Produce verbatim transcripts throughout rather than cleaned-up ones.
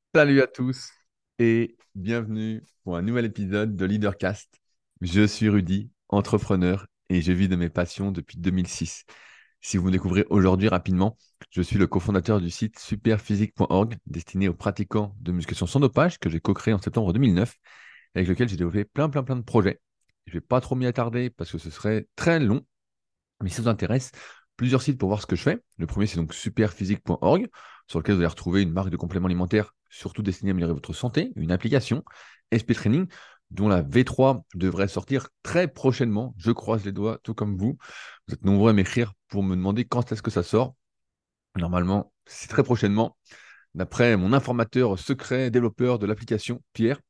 Salut à tous et bienvenue pour un nouvel épisode de Leadercast. Je suis Rudy, entrepreneur et je vis de mes passions depuis deux mille six. Si vous me découvrez aujourd'hui rapidement, je suis le cofondateur du site superphysique point org destiné aux pratiquants de musculation sans dopage que j'ai co-créé en septembre deux mille neuf avec lequel j'ai développé plein plein plein de projets. Je ne vais pas trop m'y attarder parce que ce serait très long, mais si ça vous intéresse, plusieurs sites pour voir ce que je fais. Le premier, c'est donc superphysique point org, sur lequel vous allez retrouver une marque de compléments alimentaires, surtout destinée à améliorer votre santé, une application, S P Training, dont la V trois devrait sortir très prochainement. Je croise les doigts, tout comme vous. Vous êtes nombreux à m'écrire pour me demander quand est-ce que ça sort. Normalement, c'est très prochainement. D'après mon informateur secret, développeur de l'application, Pierre.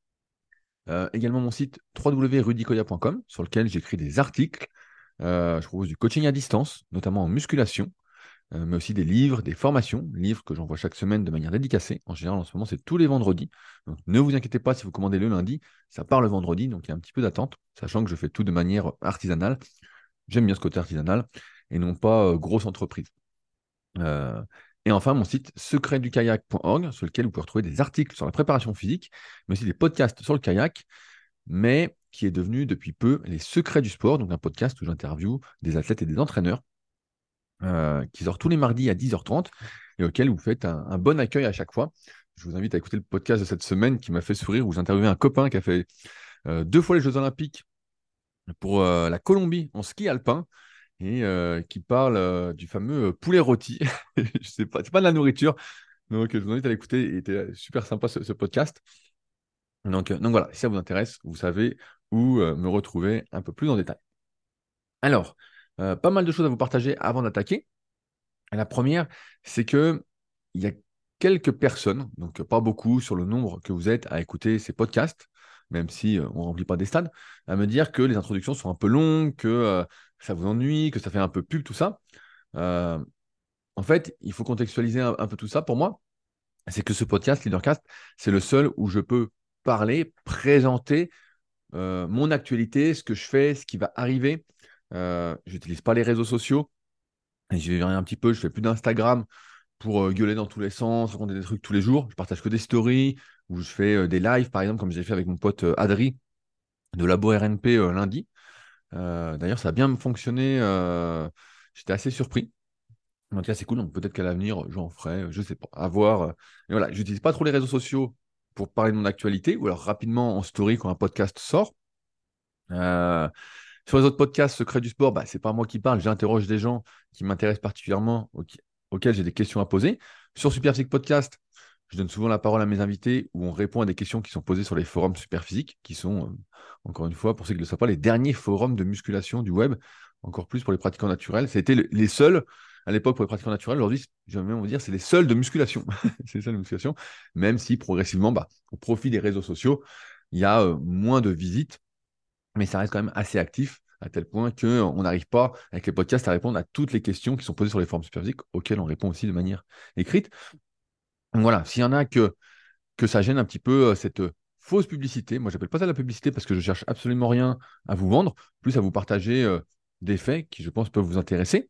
Euh, également mon site w w w point rudicoya point com, sur lequel j'écris des articles. Euh, je propose du coaching à distance, notamment en musculation, euh, mais aussi des livres, des formations, livres que j'envoie chaque semaine de manière dédicacée. En général, en ce moment, c'est tous les vendredis. Donc, ne vous inquiétez pas si vous commandez le lundi, ça part le vendredi, donc il y a un petit peu d'attente, sachant que je fais tout de manière artisanale. J'aime bien ce côté artisanal et non pas euh, grosse entreprise. Euh, et enfin, mon site secret du kayak point org, sur lequel vous pouvez retrouver des articles sur la préparation physique, mais aussi des podcasts sur le kayak, mais qui est devenu depuis peu Les Secrets du Sport, donc un podcast où j'interviewe des athlètes et des entraîneurs, euh, qui sort tous les mardis à dix heures trente et auquel vous faites un, un bon accueil à chaque fois. Je vous invite à écouter le podcast de cette semaine qui m'a fait sourire, où j'interviewais un copain qui a fait euh, deux fois les Jeux Olympiques pour euh, la Colombie en ski alpin et euh, qui parle euh, du fameux euh, poulet rôti. Je sais pas, c'est pas de la nourriture, donc je vous invite à l'écouter. Il était super sympa ce, ce podcast. Donc, euh, donc voilà, si ça vous intéresse, vous savez où euh, me retrouver un peu plus en détail. Alors, euh, pas mal de choses à vous partager avant d'attaquer. La première, c'est que il y a quelques personnes, donc pas beaucoup sur le nombre que vous êtes à écouter ces podcasts, même si euh, on ne remplit pas des stades, à me dire que les introductions sont un peu longues, que euh, ça vous ennuie, que ça fait un peu pub, tout ça. Euh, En fait, il faut contextualiser un, un peu tout ça pour moi. C'est que ce podcast, Leadercast, c'est le seul où je peux parler, présenter euh, mon actualité, ce que je fais, ce qui va arriver. Euh, je n'utilise pas les réseaux sociaux. Et j'y vais un petit peu, je fais plus d'Instagram pour euh, gueuler dans tous les sens, raconter des trucs tous les jours. Je partage que des stories ou je fais euh, des lives, par exemple, comme j'ai fait avec mon pote euh, Adri de Labo R N P euh, lundi. Euh, d'ailleurs, ça a bien fonctionné. euh, J'étais assez surpris. En tout cas, c'est cool. Donc peut-être qu'à l'avenir, j'en ferai, euh, je sais pas, à voir. euh. Mais voilà, j'utilise pas trop les réseaux sociaux pour parler de mon actualité ou alors rapidement en story quand un podcast sort. Euh, Sur les autres podcasts, Secret du sport, bah, c'est pas moi qui parle, j'interroge des gens qui m'intéressent particulièrement, auxquels auxquels j'ai des questions à poser. Sur Superphysique Podcast, je donne souvent la parole à mes invités où on répond à des questions qui sont posées sur les forums Superphysique, qui sont, euh, encore une fois, pour ceux qui ne le savent pas, les derniers forums de musculation du web, encore plus pour les pratiquants naturels. C'était le- les seuls à l'époque pour les pratiquants naturels. Aujourd'hui, je vais même vous dire, c'est les seuls de musculation. C'est les seuls de musculation, même si progressivement, bah, au profit des réseaux sociaux, il y a euh, moins de visites, mais ça reste quand même assez actif, à tel point qu'on n'arrive pas, avec les podcasts, à répondre à toutes les questions qui sont posées sur les forums Superphysique, auxquelles on répond aussi de manière écrite. Donc voilà, s'il y en a que, que ça gêne un petit peu euh, cette euh, fausse publicité, moi j'appelle pas ça de la publicité parce que je cherche absolument rien à vous vendre, plus à vous partager euh, des faits qui, je pense, peuvent vous intéresser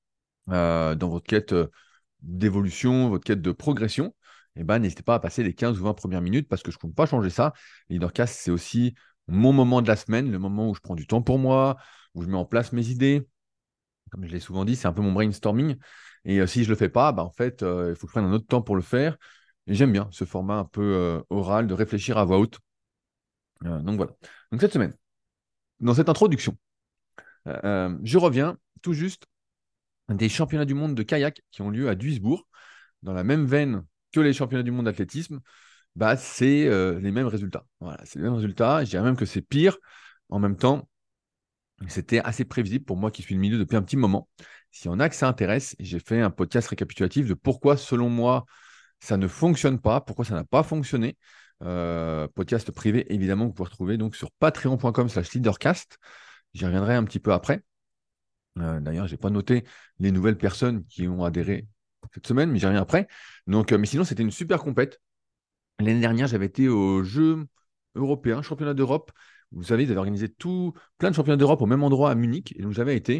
euh, dans votre quête euh, d'évolution, votre quête de progression. Eh ben, n'hésitez pas à passer les quinze ou vingt premières minutes parce que je ne compte pas changer ça. Leadercast, c'est aussi mon moment de la semaine, le moment où je prends du temps pour moi, où je mets en place mes idées. Comme je l'ai souvent dit, c'est un peu mon brainstorming. Et euh, si je ne le fais pas, bah, en fait, euh, il faut que je prenne un autre temps pour le faire. Et j'aime bien ce format un peu euh, oral, de réfléchir à voix haute. Euh, donc voilà. Donc cette semaine, dans cette introduction, euh, euh, je reviens tout juste des championnats du monde de kayak qui ont lieu à Duisbourg, dans la même veine que les championnats du monde d'athlétisme. Bah, c'est euh, les mêmes résultats. Voilà, c'est les mêmes résultats. Je dirais même que c'est pire. En même temps, c'était assez prévisible pour moi qui suis le milieu depuis un petit moment. S'il y en a que ça intéresse, j'ai fait un podcast récapitulatif de pourquoi, selon moi, ça ne fonctionne pas, pourquoi ça n'a pas fonctionné. Euh, podcast privé, évidemment, que vous pouvez retrouver donc sur patreon point com slash leadercast. J'y reviendrai un petit peu après. Euh, d'ailleurs, je n'ai pas noté les nouvelles personnes qui ont adhéré cette semaine, mais j'y reviens après. Donc, euh, mais sinon, c'était une super compète. L'année dernière, j'avais été aux Jeux européens, championnat d'Europe. Vous savez, ils avaient organisé tout, plein de championnats d'Europe au même endroit à Munich. Et donc, j'avais été.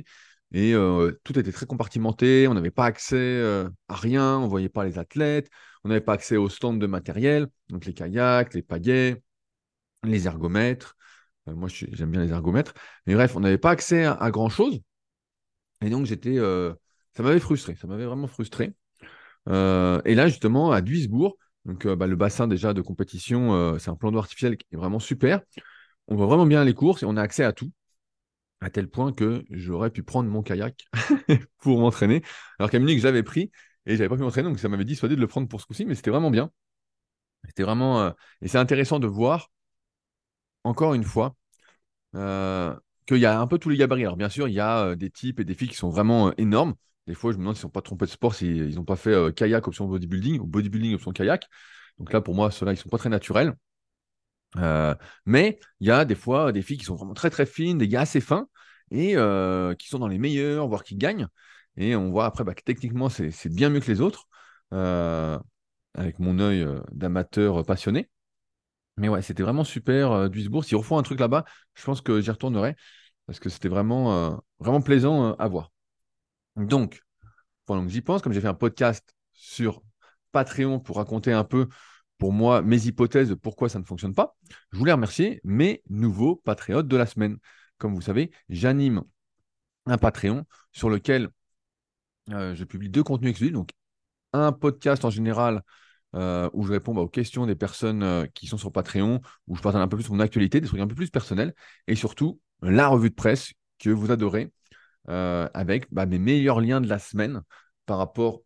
Et euh, tout était très compartimenté. On n'avait pas accès euh, à rien. On ne voyait pas les athlètes. On n'avait pas accès aux stands de matériel. Donc les kayaks, les pagaies, les ergomètres. Euh, moi, je suis- j'aime bien les ergomètres. Mais bref, on n'avait pas accès à, à grand-chose. Et donc, j'étais, euh, ça m'avait frustré. Ça m'avait vraiment frustré. Euh, et là, justement, à Duisbourg, donc, euh, bah, le bassin déjà de compétition, euh, c'est un plan d'eau artificiel qui est vraiment super. On voit vraiment bien les courses et on a accès à tout, à tel point que j'aurais pu prendre mon kayak pour m'entraîner. Alors qu'à Munich, j'avais pris et j'avais pas pu m'entraîner, donc ça m'avait dissuadé de le prendre pour ce coup-ci, mais c'était vraiment bien. C'était vraiment, euh, et c'est intéressant de voir, encore une fois, euh, qu'il y a un peu tous les gabarits. Alors bien sûr, il y a euh, des types et des filles qui sont vraiment euh, énormes. Des fois, je me demande s'ils ne sont pas trompés de sport, s'ils n'ont pas fait euh, kayak option bodybuilding ou bodybuilding option kayak. Donc là, pour moi, ceux-là, ils sont pas très naturels. Euh, mais il y a des fois des filles qui sont vraiment très très fines, des gars assez fins et euh, qui sont dans les meilleurs, voire qui gagnent. Et on voit après bah, que techniquement, c'est c'est bien mieux que les autres, euh, avec mon œil euh, d'amateur passionné. Mais ouais, c'était vraiment super, euh, Duisbourg. S'ils refont un truc là-bas, je pense que j'y retournerai parce que c'était vraiment, euh, vraiment plaisant euh, à voir. Donc, pendant que j'y pense, comme j'ai fait un podcast sur Patreon pour raconter un peu, pour moi, mes hypothèses de pourquoi ça ne fonctionne pas, je voulais remercier mes nouveaux patriotes de la semaine. Comme vous savez, j'anime un Patreon sur lequel euh, je publie deux contenus exclusifs. Donc, un podcast en général euh, où je réponds bah, aux questions des personnes euh, qui sont sur Patreon, où je partage un peu plus mon actualité, des trucs un peu plus personnels, et surtout la revue de presse que vous adorez, euh, avec bah, mes meilleurs liens de la semaine par rapport.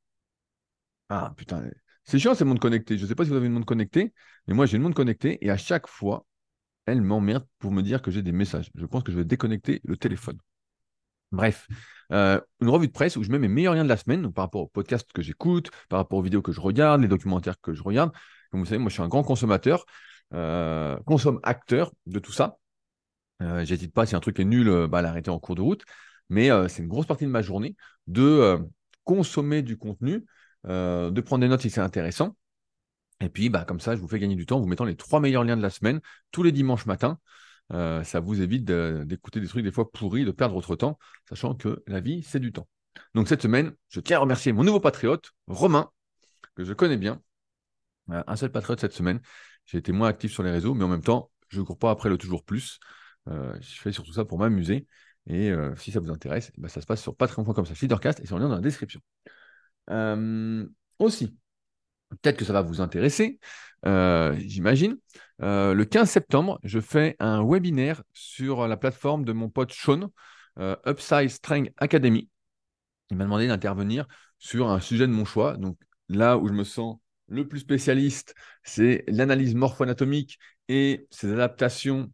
Ah putain, c'est chiant ces montres connectées. Je ne sais pas si vous avez une montre connectée, mais moi j'ai une montre connectée et à chaque fois, elle m'emmerde pour me dire que j'ai des messages. Je pense que je vais déconnecter le téléphone. Bref, euh, une revue de presse où je mets mes meilleurs liens de la semaine, donc par rapport aux podcasts que j'écoute, par rapport aux vidéos que je regarde, les documentaires que je regarde. Comme vous savez, moi je suis un grand consommateur, euh, consomme acteur de tout ça. Euh, j'hésite pas, si un truc est nul, euh, bah, à l'arrêter en cours de route. Mais euh, c'est une grosse partie de ma journée de euh, consommer du contenu, euh, de prendre des notes si c'est intéressant. Et puis, bah, comme ça, je vous fais gagner du temps en vous mettant les trois meilleurs liens de la semaine tous les dimanches matins. Euh, ça vous évite de- d'écouter des trucs des fois pourris, de perdre votre temps, sachant que la vie, c'est du temps. Donc cette semaine, je tiens à remercier mon nouveau patriote, Romain, que je connais bien. Euh, un seul patriote cette semaine. J'ai été moins actif sur les réseaux, mais en même temps, je ne cours pas après le toujours plus. Euh, je fais surtout ça pour m'amuser. Et euh, si ça vous intéresse, bah, ça se passe sur patreon point com slash leadercast et sur le lien dans la description. Euh, aussi, peut-être que ça va vous intéresser, euh, j'imagine. Euh, le quinze septembre, je fais un webinaire sur la plateforme de mon pote Sean, euh, Upsize Strength Academy. Il m'a demandé d'intervenir sur un sujet de mon choix. Donc là où je me sens le plus spécialiste, c'est l'analyse morpho-anatomique et ses adaptations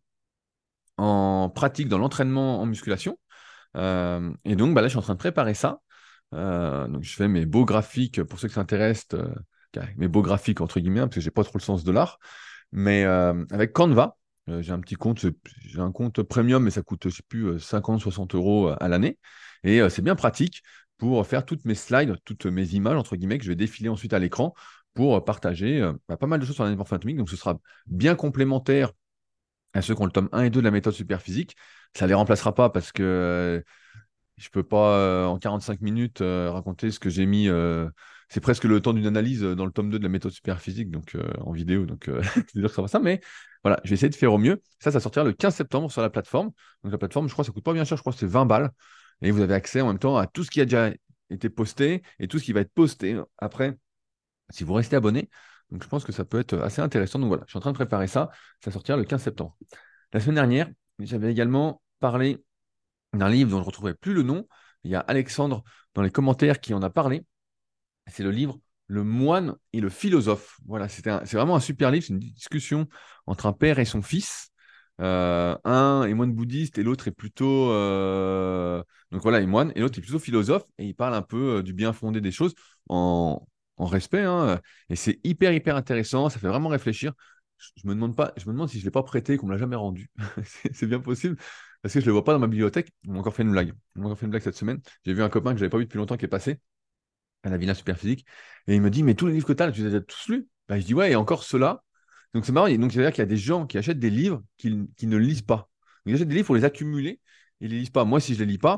en pratique dans l'entraînement en musculation. Euh, et donc bah là, je suis en train de préparer ça. Euh, donc je fais mes beaux graphiques pour ceux qui s'intéressent, euh, mes beaux graphiques entre guillemets, hein, parce que j'ai pas trop le sens de l'art. Mais euh, avec Canva, euh, j'ai un petit compte, c'est- j'ai un compte premium, mais ça coûte, je sais plus, euh, cinquante, soixante euros euh, à l'année. Et euh, c'est bien pratique pour faire toutes mes slides, toutes mes images, entre guillemets, que je vais défiler ensuite à l'écran pour euh, partager euh, bah, pas mal de choses sur l'analyse anatomique. Donc ce sera bien complémentaire à ceux qui ont le tome un et deux de la méthode superphysique. Ça ne les remplacera pas parce que euh, je peux pas euh, en quarante-cinq minutes euh, raconter ce que j'ai mis. euh, c'est presque le temps d'une analyse euh, dans le tome deux de la méthode superphysique, donc euh, en vidéo. Donc euh, c'est dur que ça va ça. Mais voilà, je vais essayer de faire au mieux. Ça, ça sortira le quinze septembre sur la plateforme. Donc la plateforme, je crois, ça coûte pas bien cher. Je crois que c'est vingt balles. Et vous avez accès en même temps à tout ce qui a déjà été posté et tout ce qui va être posté après si vous restez abonné. Donc je pense que ça peut être assez intéressant. Donc voilà, je suis en train de préparer ça. Ça sortira le quinze septembre. La semaine dernière, j'avais également parlé d'un livre dont je ne retrouverai plus le nom. Il y a Alexandre dans les commentaires qui en a parlé. C'est le livre Le moine et le philosophe. Voilà, c'était un- c'est vraiment un super livre. C'est une discussion entre un père et son fils. Euh, un est moine bouddhiste et l'autre est plutôt euh, donc voilà, il est moine et l'autre est plutôt philosophe et il parle un peu euh, du bien fondé des choses en, en respect, hein. Et c'est hyper hyper intéressant. Ça fait vraiment réfléchir. Je, je me demande pas, je me demande si je l'ai pas prêté, qu'on me l'a jamais rendu. C'est c'est bien possible parce que je le vois pas dans ma bibliothèque. Ils m'ont encore fait une blague. Ils m'ont encore fait une blague cette semaine. J'ai vu un copain que j'avais pas vu depuis longtemps qui est passé à la Villa Superphysique. Et il me dit, mais tous les livres que tu as, tu les as tous lus? Bah, je dis, ouais, et encore ceux-là. Donc c'est marrant. Et donc, c'est-à-dire qu'il y a des gens qui achètent des livres qu'ils qui ne lisent pas. Donc, ils achètent des livres pour les accumuler. Ils ne les lisent pas. Moi, si je ne les lis pas,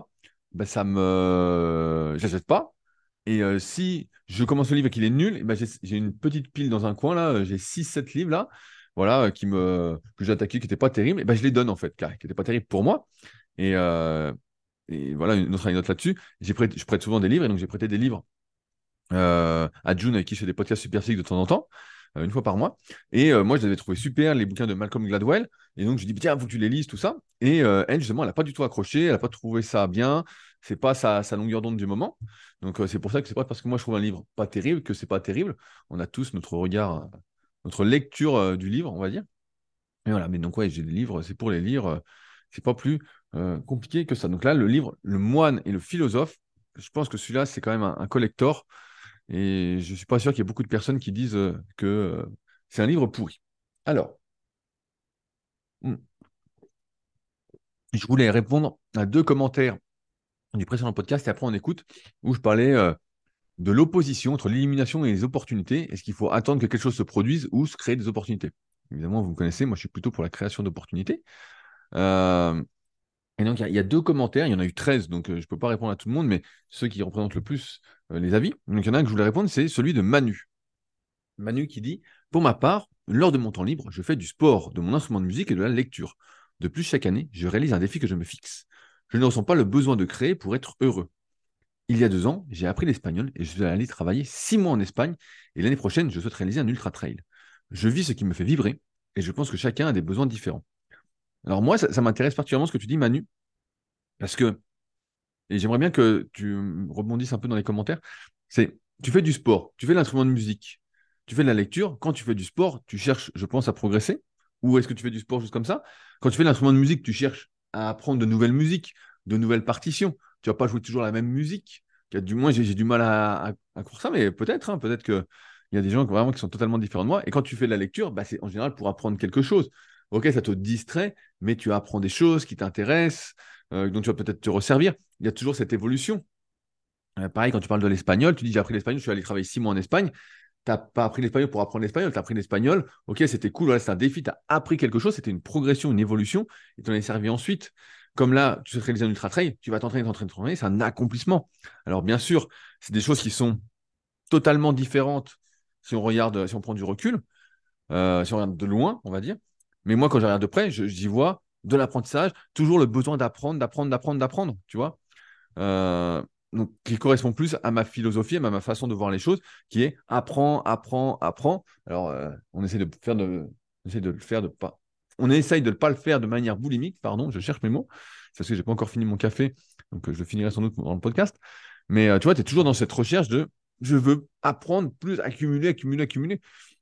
bah, ça me... j'achète pas. Et euh, si je commence le livre et qu'il est nul, eh ben, j'ai j'ai une petite pile dans un coin, là, euh, j'ai six sept livres, là, voilà, euh, qui me... que j'ai attaqués, qui n'étaient pas terribles, et ben, je les donne, en fait, car, qui n'étaient pas terribles pour moi. Et, euh, et voilà, une autre anecdote là-dessus, j'ai prêté- je prête souvent des livres, et donc j'ai prêté des livres euh, à June, avec qui je fais des podcasts super physiques de temps en temps, euh, une fois par mois. Et euh, moi, je les avais trouvés super, les bouquins de Malcolm Gladwell. Et donc, je lui dis, tiens, faut que tu les lises, tout ça. Et euh, elle, justement, elle n'a pas du tout accroché, elle n'a pas trouvé ça bien. C'est pas sa, sa longueur d'onde du moment. Donc, euh, c'est pour ça que c'est pas parce que moi, je trouve un livre pas terrible que c'est pas terrible. On a tous notre regard, euh, notre lecture euh, du livre, on va dire. Et voilà, mais donc, ouais, j'ai des livres, c'est pour les lire. euh, c'est pas plus euh, compliqué que ça. Donc là, le livre, Le moine et le philosophe, je pense que celui-là, c'est quand même un, un collector. Et je ne suis pas sûr qu'il y ait beaucoup de personnes qui disent euh, que euh, c'est un livre pourri. Alors, hmm, je voulais répondre à deux commentaires du précédent podcast et après on écoute, où je parlais euh, de l'opposition entre l'élimination et les opportunités. Est-ce qu'il faut attendre que quelque chose se produise ou se créer des opportunités? Évidemment, vous me connaissez, moi je suis plutôt pour la création d'opportunités. Euh, et donc il y, a il y a deux commentaires, il y en a eu treize, donc euh, je ne peux pas répondre à tout le monde, mais ceux qui représentent le plus euh, les avis. Donc il y en a un que je voulais répondre, c'est celui de Manu. Manu qui dit: Pour ma part, lors de mon temps libre, je fais du sport, de mon instrument de musique et de la lecture. De plus, chaque année, je réalise un défi que je me fixe. Je ne ressens pas le besoin de créer pour être heureux. Il y a deux ans, j'ai appris l'espagnol et je suis allé travailler six mois en Espagne et l'année prochaine, je souhaite réaliser un ultra trail. Je vis ce qui me fait vibrer et je pense que chacun a des besoins différents. Alors moi, ça, ça m'intéresse particulièrement ce que tu dis, Manu, parce que, et j'aimerais bien que tu rebondisses un peu dans les commentaires, c'est, tu fais du sport, tu fais de l'instrument de musique, tu fais de la lecture. Quand tu fais du sport, tu cherches, je pense, à progresser. Ou est-ce que tu fais du sport juste comme ça? Quand tu fais de l'instrument de musique, tu cherches à apprendre de nouvelles musiques, de nouvelles partitions. Tu vas pas jouer toujours la même musique. Du moins, j'ai j'ai du mal à, à, à croire ça, mais peut-être, hein, peut-être qu'il y a des gens qui, vraiment qui sont totalement différents de moi. Et quand tu fais de la lecture, bah, c'est en général pour apprendre quelque chose. Ok, ça te distrait, mais tu apprends des choses qui t'intéressent, euh, dont tu vas peut-être te resservir. Il y a toujours cette évolution. Euh, pareil, quand tu parles de l'espagnol, tu dis j'ai appris l'espagnol, je suis allé travailler six mois en Espagne. Tu n'as pas appris l'espagnol pour apprendre l'espagnol, tu as appris l'espagnol. Ok, c'était cool, voilà, c'est un défi, tu as appris quelque chose, c'était une progression, une évolution, et tu en es servi ensuite. Comme là, tu souhaites réaliser un ultra trail, tu vas t'entraîner, t'entraîner, t'entraîner, c'est un accomplissement. Alors bien sûr, c'est des choses qui sont totalement différentes si on regarde, si on prend du recul, euh, si on regarde de loin, on va dire. Mais moi, quand je regarde de près, je- j'y vois de l'apprentissage, toujours le besoin d'apprendre, d'apprendre, d'apprendre, d'apprendre, tu vois. Euh, donc, qui correspond plus à ma philosophie, à ma façon de voir les choses, qui est apprends, apprends, apprends. Alors, euh, on essaie de faire de, on essaie de le faire de pas, on essaye de ne pas le faire de manière boulimique, pardon, je cherche mes mots, c'est parce que j'ai pas encore fini mon café, donc euh, je le finirai sans doute dans le podcast. Mais euh, tu vois, tu es toujours dans cette recherche de je veux apprendre plus, accumuler, accumuler, accumuler.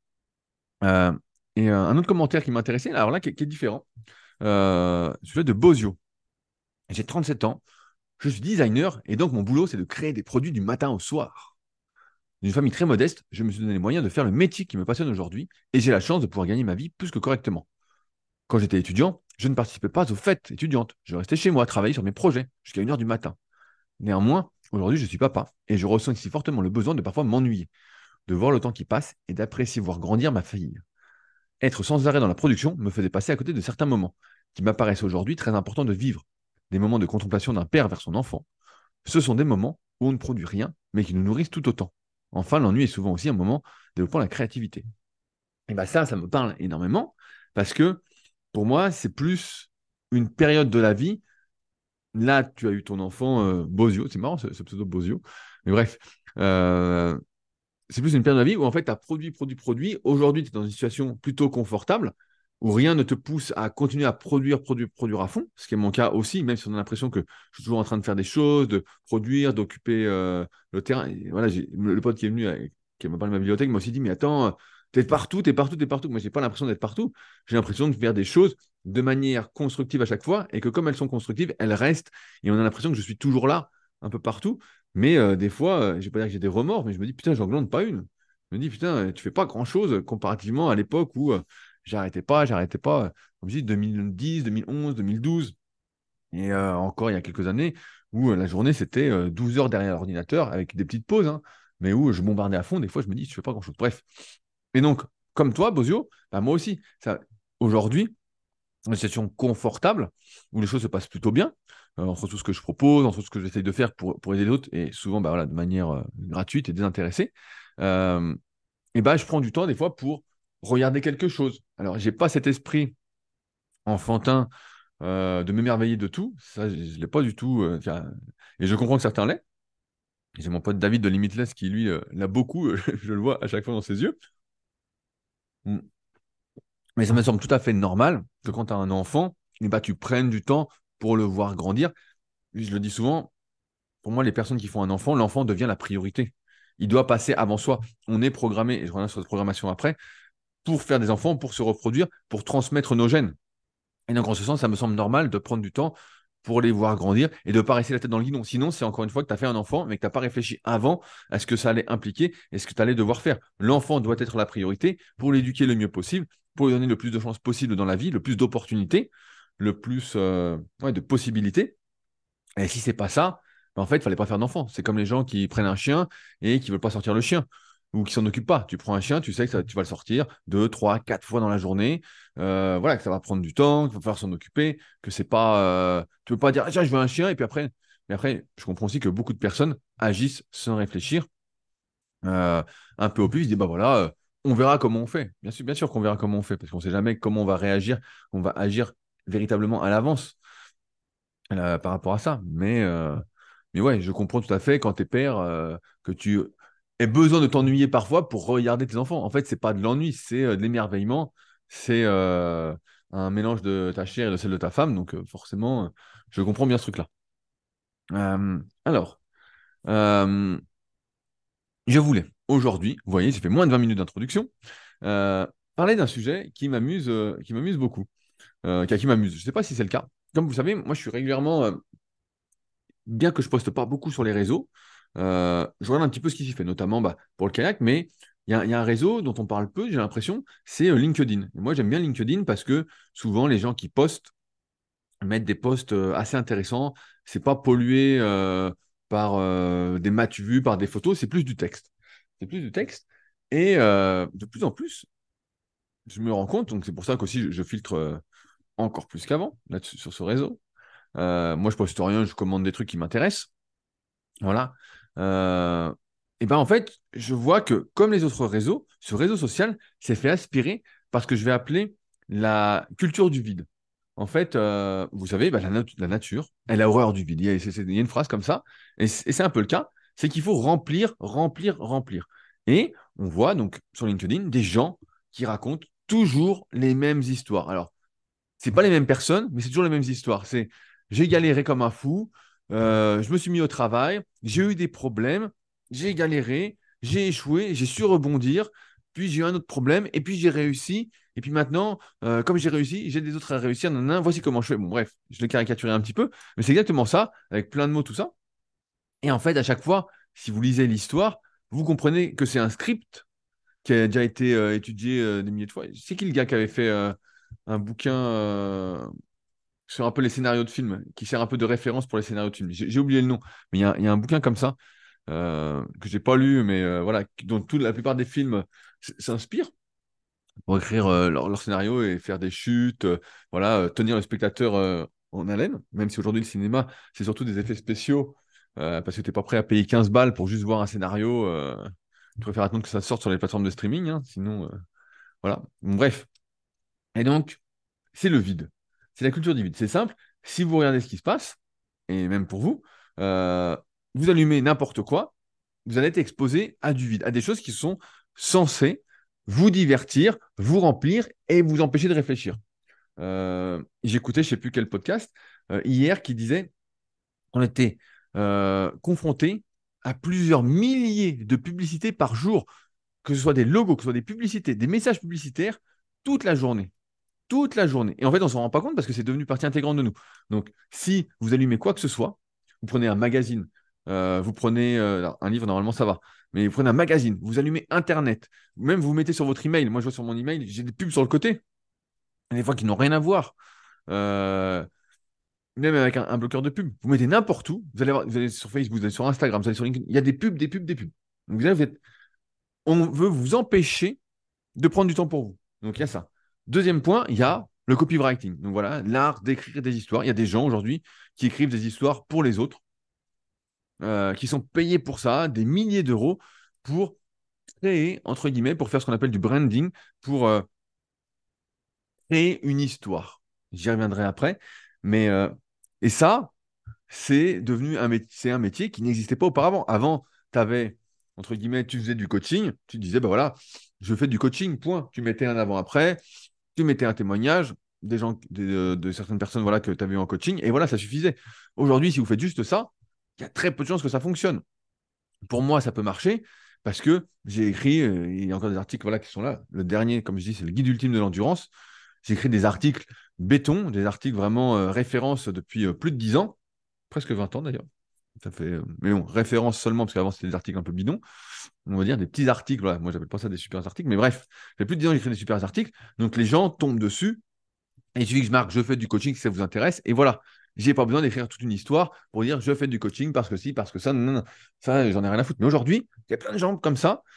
Euh, et euh, un autre commentaire qui m'intéressait, alors là, qui, est qui est différent, euh, celui de Bozio. J'ai trente-sept ans. Je suis designer et donc mon boulot, c'est de créer des produits du matin au soir. D'une famille très modeste, je me suis donné les moyens de faire le métier qui me passionne aujourd'hui et j'ai la chance de pouvoir gagner ma vie plus que correctement. Quand j'étais étudiant, je ne participais pas aux fêtes étudiantes. Je restais chez moi, travailler sur mes projets jusqu'à une heure du matin. Néanmoins, aujourd'hui, je suis papa et je ressens ici fortement le besoin de parfois m'ennuyer, de voir le temps qui passe et d'apprécier voir grandir ma fille. Être sans arrêt dans la production me faisait passer à côté de certains moments qui m'apparaissent aujourd'hui très importants de vivre. Des moments de contemplation d'un père vers son enfant. Ce sont des moments où on ne produit rien, mais qui nous nourrissent tout autant. Enfin, l'ennui est souvent aussi un moment développant la créativité. Et bien ça, ça me parle énormément, parce que pour moi, c'est plus une période de la vie. Là, tu as eu ton enfant euh, Bozio, c'est marrant ce, ce pseudo Bozio, mais bref, euh, c'est plus une période de la vie où en fait, tu as produit, produit, produit. Aujourd'hui, tu es dans une situation plutôt confortable, où rien ne te pousse à continuer à produire, produire, produire à fond, ce qui est mon cas aussi, même si on a l'impression que je suis toujours en train de faire des choses, de produire, d'occuper euh, le terrain. Et voilà, j'ai, le, le pote qui est venu, euh, qui m'a parlé de ma bibliothèque, m'a aussi dit, mais attends, euh, t'es partout, t'es partout, t'es partout. Moi, j'ai pas l'impression d'être partout. J'ai l'impression de faire des choses de manière constructive à chaque fois, et que comme elles sont constructives, elles restent, et on a l'impression que je suis toujours là, un peu partout. Mais euh, des fois, euh, je vais pas dire que j'ai des remords, mais je me dis, putain, j'en glande pas une. Je me dis, putain, tu fais pas grand-chose comparativement à l'époque où euh, j'arrêtais pas, j'arrêtais pas, euh, comme je dis, deux mille dix, deux mille onze, deux mille douze, et euh, encore il y a quelques années, où euh, la journée, c'était euh, douze heures derrière l'ordinateur, avec des petites pauses, hein, mais où je bombardais à fond, des fois, je me dis, je fais pas grand-chose. Bref. Et donc, comme toi, Bozio, bah, moi aussi, ça, aujourd'hui, une situation confortable où les choses se passent plutôt bien, euh, entre tout ce que je propose, entre tout ce que j'essaye de faire pour, pour aider l'autre, et souvent bah, voilà, de manière euh, gratuite et désintéressée, euh, et bah, je prends du temps des fois pour regarder quelque chose. Alors, j'ai pas cet esprit enfantin euh, de m'émerveiller de tout, ça, je ne l'ai pas du tout, euh, tiens, et je comprends que certains l'aient. J'ai mon pote David de Limitless qui, lui, euh, l'a beaucoup, je le vois à chaque fois dans ses yeux. Mm. Mais ça me semble tout à fait normal que quand tu as un enfant, eh ben, tu prennes du temps pour le voir grandir. Je le dis souvent, pour moi, les personnes qui font un enfant, l'enfant devient la priorité. Il doit passer avant soi. On est programmé, et je reviens sur cette programmation après, pour faire des enfants, pour se reproduire, pour transmettre nos gènes. Et donc, en ce sens, ça me semble normal de prendre du temps pour les voir grandir et de ne pas rester la tête dans le guidon. Sinon, c'est encore une fois que tu as fait un enfant, mais que tu n'as pas réfléchi avant à ce que ça allait impliquer et ce que tu allais devoir faire. L'enfant doit être la priorité pour l'éduquer le mieux possible, pour lui donner le plus de chances possible dans la vie, le plus d'opportunités, le plus euh, ouais, de possibilités. Et si c'est pas ça, ben en fait, il fallait pas faire d'enfant. C'est comme les gens qui prennent un chien et qui veulent pas sortir le chien ou qui s'en occupent pas. Tu prends un chien, tu sais que ça- tu vas le sortir deux, trois, quatre fois dans la journée. Euh, voilà, que ça va prendre du temps, qu'il va falloir s'en occuper, que c'est pas. Euh, tu peux pas dire, ah, tiens, je veux un chien et puis après. Mais après, je comprends aussi que beaucoup de personnes agissent sans réfléchir, euh, un peu au plus. Ils se disent, bah voilà, euh, on verra comment on fait. Bien sûr, bien sûr qu'on verra comment on fait parce qu'on sait jamais comment on va réagir, on va agir véritablement à l'avance euh, par rapport à ça. Mais, euh, mais ouais, je comprends tout à fait quand t'es père, euh, que tu aies besoin de t'ennuyer parfois pour regarder tes enfants. En fait, c'est pas de l'ennui, c'est euh, de l'émerveillement. C'est euh, un mélange de ta chair et de celle de ta femme. Donc, euh, forcément, euh, je comprends bien ce truc-là. Euh, alors, euh, je voulais aujourd'hui, vous voyez, j'ai fait moins de vingt minutes d'introduction, euh, parler d'un sujet qui m'amuse, euh, qui m'amuse beaucoup, euh, qui, qui m'amuse. Je ne sais pas si c'est le cas. Comme vous savez, moi, je suis régulièrement euh, bien que je poste pas beaucoup sur les réseaux, euh, je regarde un petit peu ce qui s'y fait, notamment bah, pour le kayak, mais il y a, il y a un réseau dont on parle peu, j'ai l'impression, c'est euh, LinkedIn. Et moi, j'aime bien LinkedIn parce que souvent, les gens qui postent mettent des posts euh, assez intéressants. C'est pas pollué euh, par euh, des matchs vus, par des photos, c'est plus du texte. C'est plus du texte. Et euh, de plus en plus, je me rends compte, donc c'est pour ça qu'aussi je, je filtre euh, encore plus qu'avant là-dessus, sur ce réseau. Euh, moi, je poste rien, je commande des trucs qui m'intéressent. Voilà. Euh, et ben en fait, je vois que comme les autres réseaux, ce réseau social s'est fait aspirer par ce que je vais appeler la culture du vide. En fait, euh, vous savez, bah, la, nat- la nature, elle a horreur du vide. Il y a, c'est- c'est- il y a une phrase comme ça, et c'est et c'est un peu le cas, c'est qu'il faut remplir, remplir, remplir. Et on voit donc sur LinkedIn des gens qui racontent toujours les mêmes histoires. Alors, c'est pas les mêmes personnes, mais c'est toujours les mêmes histoires. C'est j'ai galéré comme un fou, euh, je me suis mis au travail, j'ai eu des problèmes, j'ai galéré, j'ai échoué, j'ai su rebondir, puis j'ai eu un autre problème, et puis j'ai réussi, et puis maintenant, euh, comme j'ai réussi, j'ai des autres à réussir, nanana, voici comment je fais. Bon, bref, je l'ai caricaturé un petit peu, mais c'est exactement ça, avec plein de mots, tout ça. Et en fait, à chaque fois, si vous lisez l'histoire, vous comprenez que c'est un script qui a déjà été euh, étudié euh, des milliers de fois. C'est qui le gars qui avait fait euh, un bouquin euh, sur un peu les scénarios de films, qui sert un peu de référence pour les scénarios de films. J'ai j'ai oublié le nom, mais il y a, il y a un bouquin comme ça euh, que j'ai pas lu, mais euh, voilà, dont toute la plupart des films s- s'inspirent pour écrire euh, leur, leur scénario et faire des chutes, euh, voilà, euh, tenir le spectateur euh, en haleine. Même si aujourd'hui le cinéma, c'est surtout des effets spéciaux, euh, parce que t'es pas prêt à payer quinze balles pour juste voir un scénario. Euh, tu préfères attendre que ça sorte sur les plateformes de streaming, hein, sinon, euh, voilà. Bon, bref. Et donc, c'est le vide. C'est la culture du vide. C'est simple. Si vous regardez ce qui se passe, et même pour vous, euh, vous allumez n'importe quoi, vous allez être exposé à du vide, à des choses qui sont censées vous divertir, vous remplir et vous empêcher de réfléchir. Euh, J'écoutais, je ne sais plus quel podcast, euh, hier qui disait qu'on était euh, confronté à plusieurs milliers de publicités par jour, que ce soit des logos, que ce soit des publicités, des messages publicitaires, toute la journée toute la journée. Et en fait, on s'en rend pas compte parce que c'est devenu partie intégrante de nous. Donc, si vous allumez quoi que ce soit, vous prenez un magazine, euh, vous prenez euh, alors, un livre, normalement ça va, mais vous prenez un magazine, vous allumez Internet, même vous mettez sur votre email. Moi, je vois sur mon email, j'ai des pubs sur le côté, des fois qui n'ont rien à voir. Euh, Même avec un, un bloqueur de pub, vous mettez n'importe où, vous allez, voir- vous allez sur Facebook, vous allez sur Instagram, vous allez sur LinkedIn, il y a des pubs, des pubs, des pubs. Donc, vous allez, vous êtes- on veut vous empêcher de prendre du temps pour vous. Donc, il y a ça. Deuxième point, il y a le copywriting. Donc voilà, l'art d'écrire des histoires. Il y a des gens aujourd'hui qui écrivent des histoires pour les autres, euh, qui sont payés pour ça, des milliers d'euros pour créer, entre guillemets, pour faire ce qu'on appelle du branding, pour euh, créer une histoire. J'y reviendrai après. Mais, euh, et ça, c'est devenu un, mé- c'est un métier qui n'existait pas auparavant. Avant, tu avais, entre guillemets, tu faisais du coaching, tu disais, ben voilà, je fais du coaching, point. Tu mettais un avant-après, tu mettais un témoignage des gens, de, de certaines personnes voilà, que tu avais eu en coaching, et voilà, ça suffisait. Aujourd'hui, si vous faites juste ça, il y a très peu de chances que ça fonctionne. Pour moi, ça peut marcher parce que j'ai écrit, euh, il y a encore des articles voilà, qui sont là. Le dernier, comme je dis, c'est le guide ultime de l'endurance. J'ai écrit des articles béton, des articles vraiment euh, référence depuis euh, plus de dix ans, presque vingt ans d'ailleurs. Ça fait, euh, mais bon, référence seulement, parce qu'avant c'était des articles un peu bidons, on va dire des petits articles. Voilà. Moi, j'appelle pas ça des super articles, mais bref, ça fait plus de dix ans que j'écris des super articles. Donc les gens tombent dessus et il suffit que je marque, je fais du coaching si ça vous intéresse. Et voilà, j'ai pas besoin d'écrire toute une histoire pour dire je fais du coaching parce que si, parce que ça, non, non, non. Ça, j'en ai rien à foutre. Mais aujourd'hui, il y a plein de gens comme ça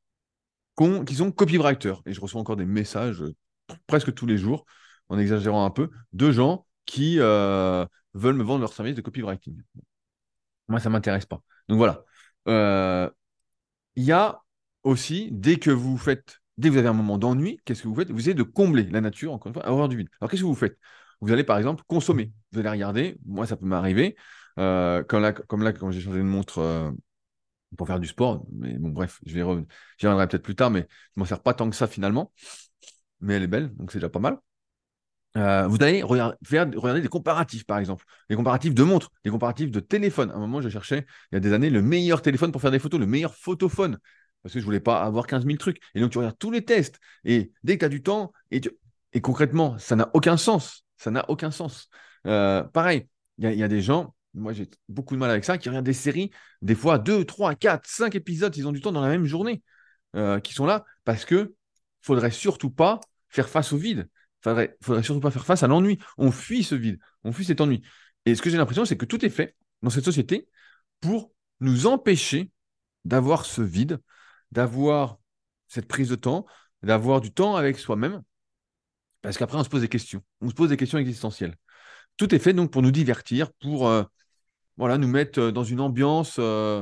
qu'on- qui sont copywriters. Et je reçois encore des messages euh, presque tous les jours, en exagérant un peu, de gens qui euh, veulent me vendre leur service de copywriting. Moi, ça ne m'intéresse pas. Donc voilà. Euh, Il y a aussi, dès que vous faites, dès que vous avez un moment d'ennui, qu'est-ce que vous faites? Vous essayez de combler la nature, encore une fois, avoir du vide. Alors qu'est-ce que vous faites? Vous allez par exemple consommer. Vous allez regarder, moi ça peut m'arriver, euh, comme là, comme là, quand j'ai changé de montre euh, pour faire du sport, mais bon bref, je vais re- j'y reviendrai peut-être plus tard, mais je m'en sers pas tant que ça finalement, mais elle est belle, donc c'est déjà pas mal. Euh, vous allez regarder, faire, regarder des comparatifs, par exemple. Des comparatifs de montres, des comparatifs de téléphone. À un moment, je cherchais, il y a des années, le meilleur téléphone pour faire des photos, le meilleur photophone. Parce que je voulais pas avoir quinze mille trucs. Et donc, tu regardes tous les tests. Et dès que tu as du temps, et, tu- et concrètement, ça n'a aucun sens. Ça n'a aucun sens. Euh, pareil, il y a, il y a des gens, moi j'ai beaucoup de mal avec ça, qui regardent des séries, des fois deux, trois, quatre, cinq épisodes, ils ont du temps dans la même journée, euh, qui sont là parce que faudrait surtout pas faire face au vide. Faudrait, faudrait surtout pas faire face à l'ennui. On fuit ce vide, on fuit cet ennui. Et ce que j'ai l'impression, c'est que tout est fait dans cette société pour nous empêcher d'avoir ce vide, d'avoir cette prise de temps, d'avoir du temps avec soi-même, parce qu'après, on se pose des questions. On se pose des questions existentielles. Tout est fait donc pour nous divertir, pour euh, voilà, nous mettre euh, dans une ambiance euh,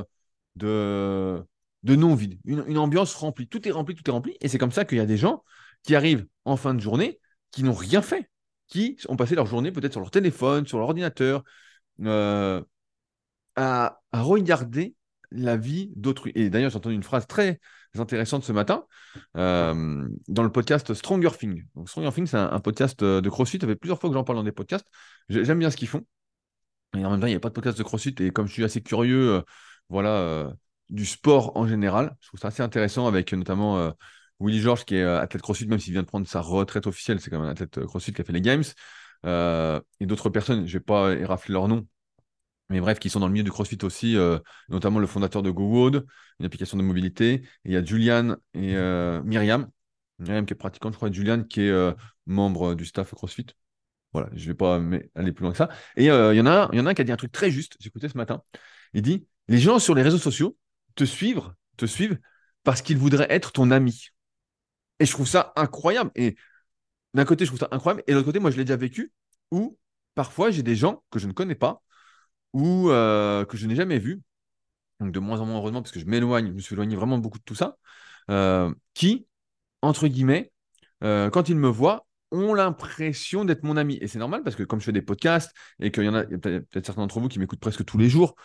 de, de non-vide, une, une ambiance remplie. Tout est rempli, tout est rempli. Et c'est comme ça qu'il y a des gens qui arrivent en fin de journée, qui n'ont rien fait, qui ont passé leur journée peut-être sur leur téléphone, sur leur ordinateur, euh, à, à regarder la vie d'autrui. Et d'ailleurs, j'ai entendu une phrase très intéressante ce matin euh, dans le podcast Stronger Thing. Donc, Stronger Thing, c'est un, un podcast euh, de CrossFit. Ça fait plusieurs fois que j'en parle dans des podcasts. J'ai- J'aime bien ce qu'ils font. Et en même temps, il n'y a pas de podcast de CrossFit. Et comme je suis assez curieux, euh, voilà, euh, du sport en général, je trouve ça assez intéressant avec euh, notamment euh, Willy George, qui est euh, athlète CrossFit, même s'il vient de prendre sa retraite officielle, c'est quand même un athlète euh, CrossFit qui a fait les Games. Euh, et d'autres personnes, je ne vais pas érafler leur nom, mais bref, qui sont dans le milieu du CrossFit aussi, euh, notamment le fondateur de GoWood, une application de mobilité. Et il y a Julian et euh, Myriam. Myriam qui est pratiquante, je crois, et Julian qui est euh, membre du staff CrossFit. Voilà, je ne vais pas mais, aller plus loin que ça. Et euh, il y en a, il y en a un qui a dit un truc très juste, j'ai écouté ce matin. Il dit, les gens sur les réseaux sociaux te suivent, te suivent parce qu'ils voudraient être ton ami. Et je trouve ça incroyable. Et d'un côté, je trouve ça incroyable. Et de l'autre côté, moi, je l'ai déjà vécu où parfois j'ai des gens que je ne connais pas ou euh, que je n'ai jamais vus, donc de moins en moins heureusement parce que je m'éloigne, je me suis éloigné vraiment beaucoup de tout ça, euh, qui, entre guillemets, euh, quand ils me voient, ont l'impression d'être mon ami. Et c'est normal parce que comme je fais des podcasts et qu'il y en a, il y a peut-être peut-être certains d'entre vous qui m'écoutent presque tous les jours,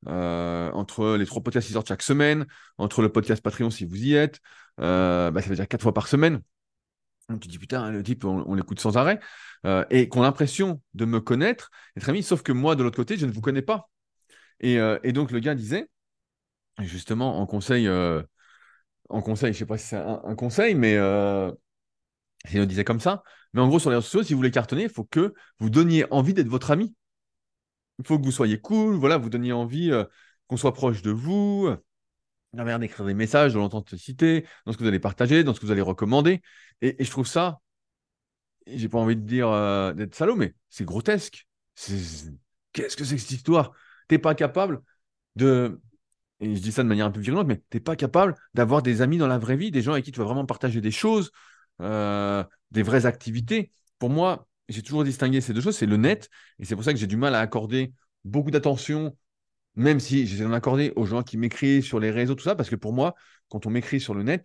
euh, entre les trois podcasts qui sortent chaque semaine, entre le podcast Patreon si vous y êtes, euh, bah, ça veut dire quatre fois par semaine. Donc tu te dis putain, le type, on, on l'écoute sans arrêt, euh, et qu'on a l'impression de me connaître, être ami, sauf que moi, de l'autre côté, je ne vous connais pas. Et, euh, et donc le gars disait, justement, en conseil, euh, en conseil, je sais pas si c'est un, un conseil, mais euh, il le disait comme ça. Mais en gros, sur les réseaux sociaux, si vous voulez cartonner, il faut que vous donniez envie d'être votre ami. Il faut que vous soyez cool, voilà, vous donniez envie euh, qu'on soit proche de vous, euh, la manière d'écrire des messages, de l'authenticité, dans ce que vous allez partager, dans ce que vous allez recommander. Et, et je trouve ça, j'ai pas envie de dire euh, d'être salaud, mais c'est grotesque. C'est- Qu'est-ce que c'est que cette histoire? T'es pas capable de, et je dis ça de manière un peu virulente, mais t'es pas capable d'avoir des amis dans la vraie vie, des gens avec qui tu vas vraiment partager des choses, euh, des vraies activités. pour moi, j'ai toujours distingué ces deux choses, c'est le net, et c'est pour ça que j'ai du mal à accorder beaucoup d'attention, même si j'essaie d'en accorder aux gens qui m'écrivent sur les réseaux, tout ça, parce que pour moi, quand on m'écrit sur le net,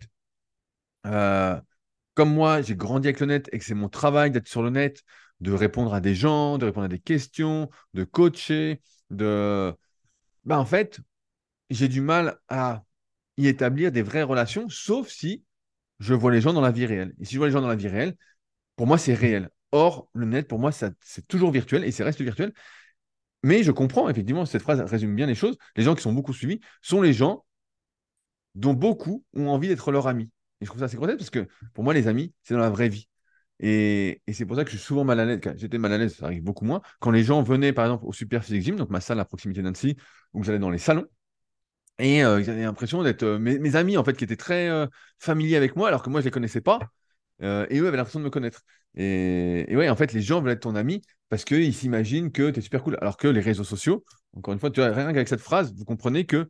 euh, comme moi, j'ai grandi avec le net et que c'est mon travail d'être sur le net, de répondre à des gens, de répondre à des questions, de coacher, de... Bah, en fait, j'ai du mal à y établir des vraies relations, sauf si je vois les gens dans la vie réelle. Et si je vois les gens dans la vie réelle, pour moi, c'est réel. Or, le net, pour moi, ça, c'est toujours virtuel et ça reste virtuel. Mais je comprends, effectivement, cette phrase résume bien les choses. Les gens qui sont beaucoup suivis sont les gens dont beaucoup ont envie d'être leurs amis. Et je trouve ça assez grotesque parce que pour moi, les amis, c'est dans la vraie vie. Et, et c'est pour ça que je suis souvent mal à l'aise. Quand j'étais mal à l'aise, ça arrive beaucoup moins. Quand les gens venaient, par exemple, au Super Physique Gym, donc ma salle à proximité d'Annecy, où j'allais dans les salons, et euh, ils avaient l'impression d'être euh, mes, mes amis, en fait, qui étaient très euh, familiers avec moi, alors que moi, je les connaissais pas. Euh, et eux avaient l'impression de me connaître. Et, et ouais, en fait, les gens veulent être ton ami parce qu'ils s'imaginent que tu es super cool. Alors que les réseaux sociaux, encore une fois, tu vois, rien qu'avec cette phrase, vous comprenez que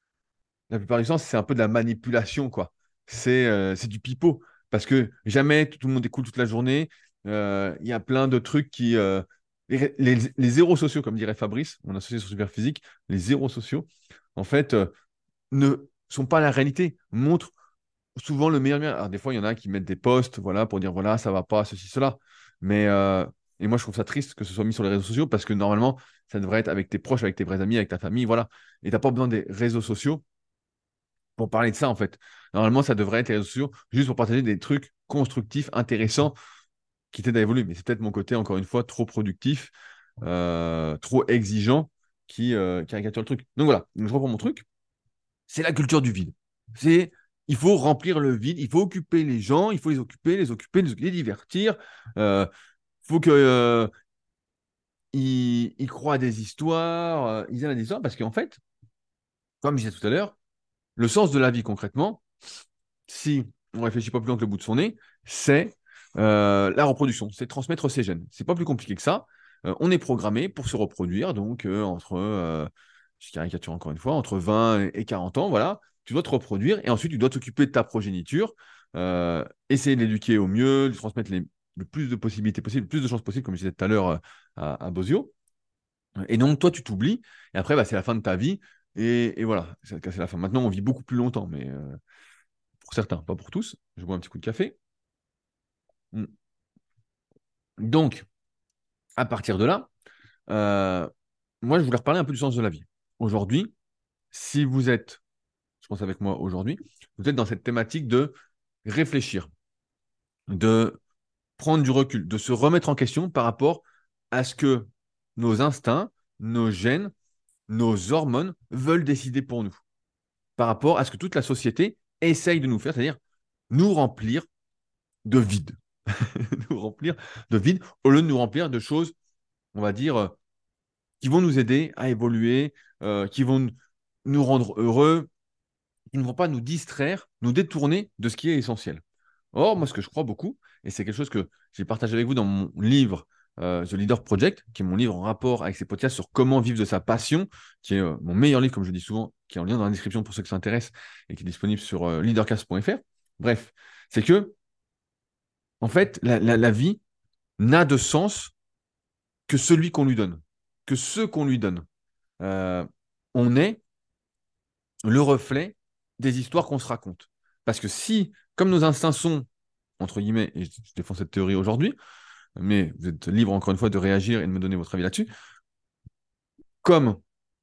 la plupart du temps, c'est un peu de la manipulation, quoi. C'est euh, c'est du pipeau. Parce que jamais tout le monde est cool toute la journée. Euh, Il y a plein de trucs qui. euh, les, les, les zéros sociaux, comme dirait Fabrice, mon associé sur Superphysique, les zéros sociaux, en fait, euh, ne sont pas la réalité, montrent souvent le meilleur bien. Alors, des fois, il y en a qui mettent des posts, voilà, pour dire voilà, ça va pas, ceci, cela. Mais, euh, et moi, je trouve ça triste que ce soit mis sur les réseaux sociaux parce que normalement, ça devrait être avec tes proches, avec tes vrais amis, avec ta famille, voilà. Et t'as pas besoin des réseaux sociaux pour parler de ça, en fait. Normalement, ça devrait être les réseaux sociaux juste pour partager des trucs constructifs, intéressants, qui t'aident à évoluer. Mais c'est peut-être mon côté, encore une fois, trop productif, euh, trop exigeant, qui euh, caricature le truc. Donc voilà, donc, je reprends mon truc. C'est la culture du vide. C'est il faut remplir le vide, il faut occuper les gens, il faut les occuper, les occuper, les, les divertir. Il euh, faut que euh, ils, ils croient à des histoires, euh, ils aiment à des histoires, parce qu'en fait, comme je disais tout à l'heure, le sens de la vie concrètement, si on réfléchit pas plus loin que le bout de son nez, c'est euh, la reproduction, c'est transmettre ses gènes. C'est pas plus compliqué que ça. Euh, on est programmé pour se reproduire, donc euh, entre, euh, je caricature encore une fois, entre vingt et quarante ans, voilà, tu dois te reproduire et ensuite tu dois t'occuper de ta progéniture, euh, essayer de l'éduquer au mieux, de transmettre les, le plus de possibilités possibles, le plus de chances possibles, comme je disais tout à l'heure euh, à, à Bosio. Et donc, toi, tu t'oublies, et après, bah, c'est la fin de ta vie, et, et voilà, c'est c'est la fin. Maintenant, on vit beaucoup plus longtemps, mais euh, pour certains, pas pour tous. Je bois un petit coup de café. Mm. Donc, à partir de là, euh, moi, je voulais reparler un peu du sens de la vie. Aujourd'hui, si vous êtes, je pense avec moi aujourd'hui, vous êtes dans cette thématique de réfléchir, de prendre du recul, de se remettre en question par rapport à ce que nos instincts, nos gènes, nos hormones veulent décider pour nous, par rapport à ce que toute la société essaye de nous faire, c'est-à-dire nous remplir de vide, nous remplir de vide, au lieu de nous remplir de choses, on va dire, euh, qui vont nous aider à évoluer, euh, qui vont nous rendre heureux, qui ne vont pas nous distraire, nous détourner de ce qui est essentiel. Or, moi, ce que je crois beaucoup, et c'est quelque chose que j'ai partagé avec vous dans mon livre euh, The Leader Project, qui est mon livre en rapport avec ces podcasts sur comment vivre de sa passion, qui est euh, mon meilleur livre, comme je dis souvent, qui est en lien dans la description pour ceux qui s'intéressent et qui est disponible sur euh, leadercast point f r. Bref, c'est que, en fait, la, la, la vie n'a de sens que celui qu'on lui donne, que ce qu'on lui donne. Euh, on est le reflet des histoires qu'on se raconte. Parce que si, comme nos instincts sont, entre guillemets, et je je défends cette théorie aujourd'hui, mais vous êtes libre encore une fois de réagir et de me donner votre avis là-dessus, comme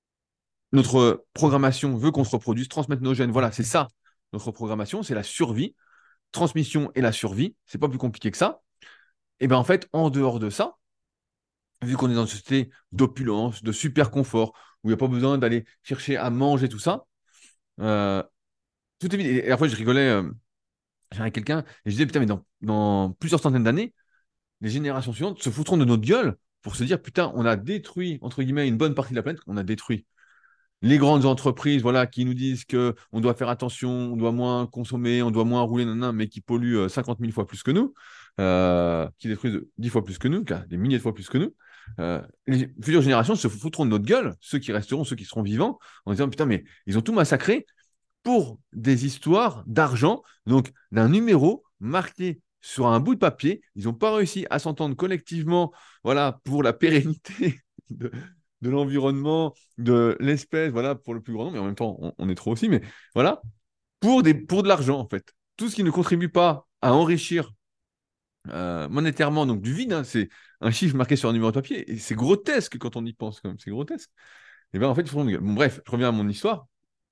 notre programmation veut qu'on se reproduise, transmettre nos gènes, voilà, c'est ça, notre programmation, c'est la survie, transmission et la survie, c'est pas plus compliqué que ça. Et bien en fait, en dehors de ça, vu qu'on est dans une société d'opulence, de super confort, où il n'y a pas besoin d'aller chercher à manger tout ça, euh, tout est vide. Et à la fois, je rigolais, euh, avec quelqu'un, et je disais, putain, mais dans, dans plusieurs centaines d'années, les générations suivantes se foutront de notre gueule pour se dire, putain, on a détruit, entre guillemets, une bonne partie de la planète, on a détruit les grandes entreprises, voilà, qui nous disent que on doit faire attention, on doit moins consommer, on doit moins rouler, nanana, mais qui polluent euh, cinquante mille fois plus que nous, euh, qui détruisent dix fois plus que nous, des milliers de fois plus que nous. Euh, les futures générations se foutront de notre gueule, ceux qui resteront, ceux qui seront vivants, en disant, putain, mais ils ont tout massacré pour des histoires d'argent, donc d'un numéro marqué sur un bout de papier. Ils n'ont pas réussi à s'entendre collectivement, voilà, pour la pérennité de, de l'environnement, de l'espèce, voilà, pour le plus grand nombre. Mais en même temps, on, on est trop aussi. Mais voilà, pour des, pour de l'argent, en fait. Tout ce qui ne contribue pas à enrichir euh, monétairement, donc du vide, hein, c'est un chiffre marqué sur un numéro de papier. Et c'est grotesque quand on y pense, quand même. C'est grotesque. Et bien, en fait, il faut... bon, bref, je reviens à mon histoire.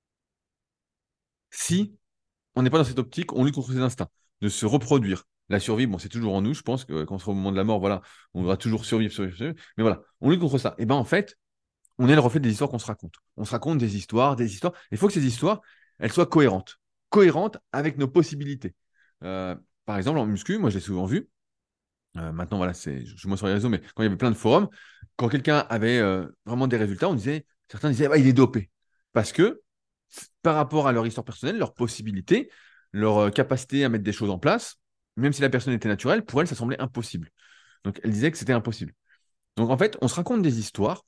Si on n'est pas dans cette optique, on lutte contre ses instincts, de se reproduire. La survie, bon, c'est toujours en nous, je pense que quand on sera au moment de la mort, voilà, on va toujours survivre, survivre, survivre. Mais voilà, on lutte contre ça. Et bien, en fait, on est le reflet des histoires qu'on se raconte. On se raconte des histoires, des histoires. Il faut que ces histoires, elles soient cohérentes. Cohérentes avec nos possibilités. Euh, par exemple, en muscu, moi, j'ai souvent vu, euh, maintenant, voilà, c'est, je suis moins sur les réseaux, mais quand il y avait plein de forums, quand quelqu'un avait euh, vraiment des résultats, on disait, certains disaient, ah, il est dopé. Parce que par rapport à leur histoire personnelle, leurs possibilités, leur euh, capacité à mettre des choses en place, même si la personne était naturelle, pour elle, ça semblait impossible. Donc, elle disait que c'était impossible. Donc, en fait, on se raconte des histoires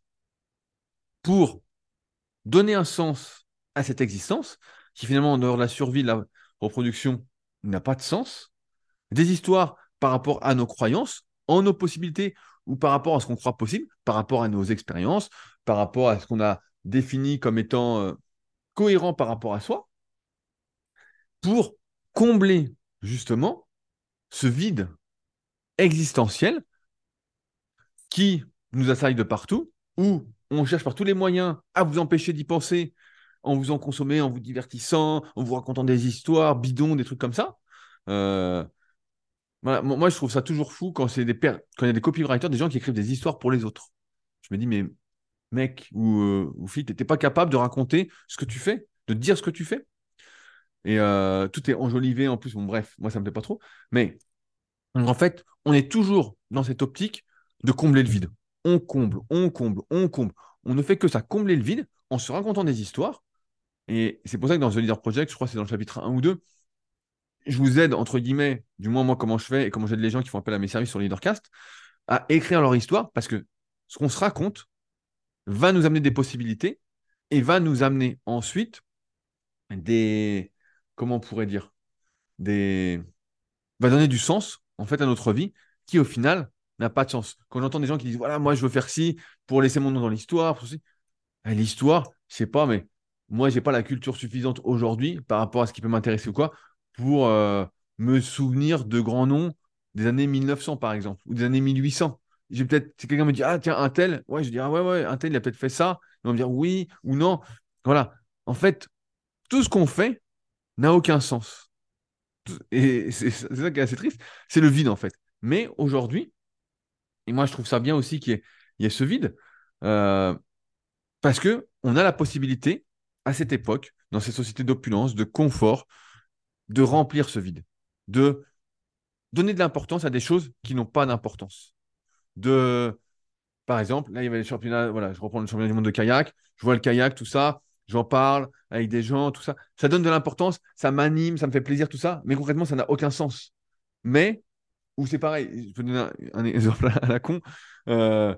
pour donner un sens à cette existence, qui finalement, en dehors de la survie, de la reproduction, n'a pas de sens. Des histoires par rapport à nos croyances, en nos possibilités, ou par rapport à ce qu'on croit possible, par rapport à nos expériences, par rapport à ce qu'on a défini comme étant euh, cohérent par rapport à soi, pour combler justement ce vide existentiel qui nous assaille de partout, où on cherche par tous les moyens à vous empêcher d'y penser, en vous en consommant, en vous divertissant, en vous racontant des histoires bidons, des trucs comme ça. Euh, voilà, moi, je trouve ça toujours fou quand c'est des pères, quand il y a des copywriters, des gens qui écrivent des histoires pour les autres. Je me dis, mais mec ou, euh, ou fille, t'étais pas capable de raconter ce que tu fais, de dire ce que tu fais. Et euh, tout est enjolivé en plus. Bon, bref, moi, ça me plaît pas trop. Mais donc, en fait, on est toujours dans cette optique de combler le vide. On comble, on comble, on comble. On ne fait que ça, combler le vide en se racontant des histoires. Et c'est pour ça que dans The Leader Project, je crois que c'est dans le chapitre un ou deux, je vous aide, entre guillemets, du moins moi, comment je fais et comment j'aide les gens qui font appel à mes services sur Leadercast, à écrire leur histoire parce que ce qu'on se raconte va nous amener des possibilités et va nous amener ensuite des, comment on pourrait dire, des, va donner du sens en fait à notre vie qui au final n'a pas de sens. Quand j'entends des gens qui disent voilà, moi je veux faire ci pour laisser mon nom dans l'histoire, pour ceci, eh, l'histoire, je sais pas, mais moi j'ai pas la culture suffisante aujourd'hui par rapport à ce qui peut m'intéresser ou quoi pour euh, me souvenir de grands noms des années mille neuf cents par exemple ou des années mille huit cents. J'ai peut-être, si quelqu'un me dit ah tiens un tel, ouais je dis ah ouais ouais un tel il a peut-être fait ça, ils vont me dire oui ou non. Voilà. En fait, tout ce qu'on fait n'a aucun sens. Et c'est c'est ça qui est assez triste, c'est le vide en fait. Mais aujourd'hui, et moi je trouve ça bien aussi qu'il y ait, il y ait ce vide, euh, parce que on a la possibilité, à cette époque, dans cette société d'opulence, de confort, de remplir ce vide, de donner de l'importance à des choses qui n'ont pas d'importance. De, par exemple, là il y avait les championnats, voilà, je reprends le championnat du monde de kayak, je vois le kayak, tout ça, j'en parle avec des gens, tout ça, ça donne de l'importance, ça m'anime, ça me fait plaisir, tout ça, mais concrètement ça n'a aucun sens. Mais ou c'est pareil, je peux donner un, un exemple à la con. Euh,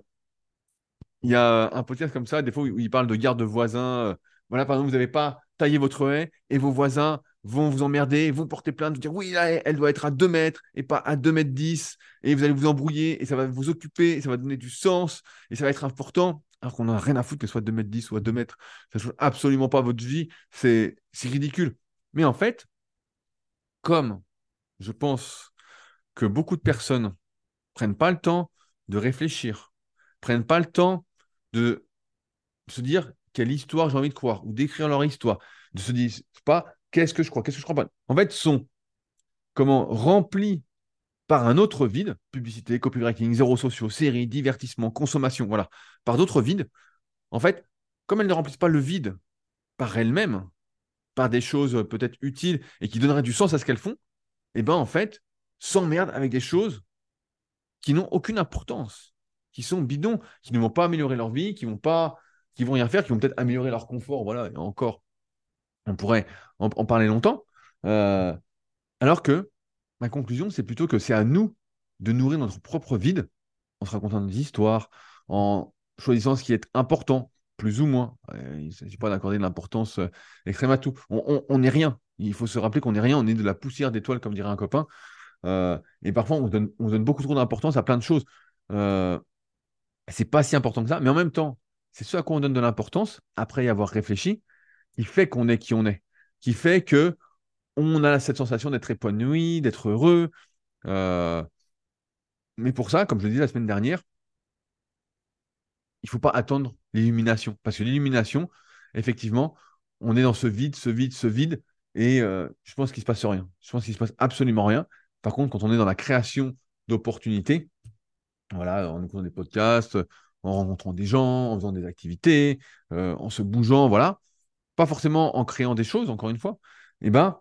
Il y a un podcast comme ça, des fois, où il parle de garde de voisins. euh, Voilà, par exemple, vous n'avez pas taillé votre haie et vos voisins vont vous emmerder, vont porter plainte, vous dire oui, la haie, elle doit être à deux mètres et pas à deux mètres dix. Et vous allez vous embrouiller et ça va vous occuper, et ça va donner du sens et ça va être important. Alors qu'on n'en a rien à foutre que ce soit deux mètres dix ou à deux mètres. Ça ne change absolument pas votre vie. C'est c'est ridicule. Mais en fait, comme je pense que beaucoup de personnes prennent pas le temps de réfléchir, prennent pas le temps de se dire quelle histoire j'ai envie de croire, ou d'écrire leur histoire, de se dire pas qu'est-ce que je crois, qu'est-ce que je crois pas. En fait, sont comment remplis par un autre vide, publicité, copywriting, zéro sociaux, séries, divertissement, consommation, voilà, par d'autres vides. En fait, comme elles ne remplissent pas le vide par elles-mêmes, par des choses euh, peut-être utiles et qui donneraient du sens à ce qu'elles font, et ben en fait, s'emmerdent avec des choses qui n'ont aucune importance, qui sont bidons, qui ne vont pas améliorer leur vie, qui vont pas, qui vont rien faire, qui vont peut-être améliorer leur confort, voilà, et encore, on pourrait en, en parler longtemps. Euh, alors que ma conclusion, c'est plutôt que c'est à nous de nourrir notre propre vide en se racontant des histoires, en choisissant ce qui est important, plus ou moins. Euh, il ne s'agit pas d'accorder de l'importance euh, extrême à tout. On n'est rien. Il faut se rappeler qu'on n'est rien, on est de la poussière d'étoiles, comme dirait un copain. Euh, et parfois, on donne, on donne beaucoup trop d'importance à plein de choses. Euh, c'est pas si important que ça, mais en même temps, c'est ce à quoi on donne de l'importance, après y avoir réfléchi, qui fait qu'on est qui on est, qui fait que on a cette sensation d'être épanoui, d'être heureux. Euh, mais pour ça, comme je le disais la semaine dernière, il ne faut pas attendre l'illumination. Parce que l'illumination, effectivement, on est dans ce vide, ce vide, ce vide, et euh, je pense qu'il ne se passe rien. Je pense qu'il ne se passe absolument rien. Par contre, quand on est dans la création d'opportunités, voilà, en écoutant des podcasts, en rencontrant des gens, en faisant des activités, euh, en se bougeant, voilà, pas forcément en créant des choses, encore une fois, et ben,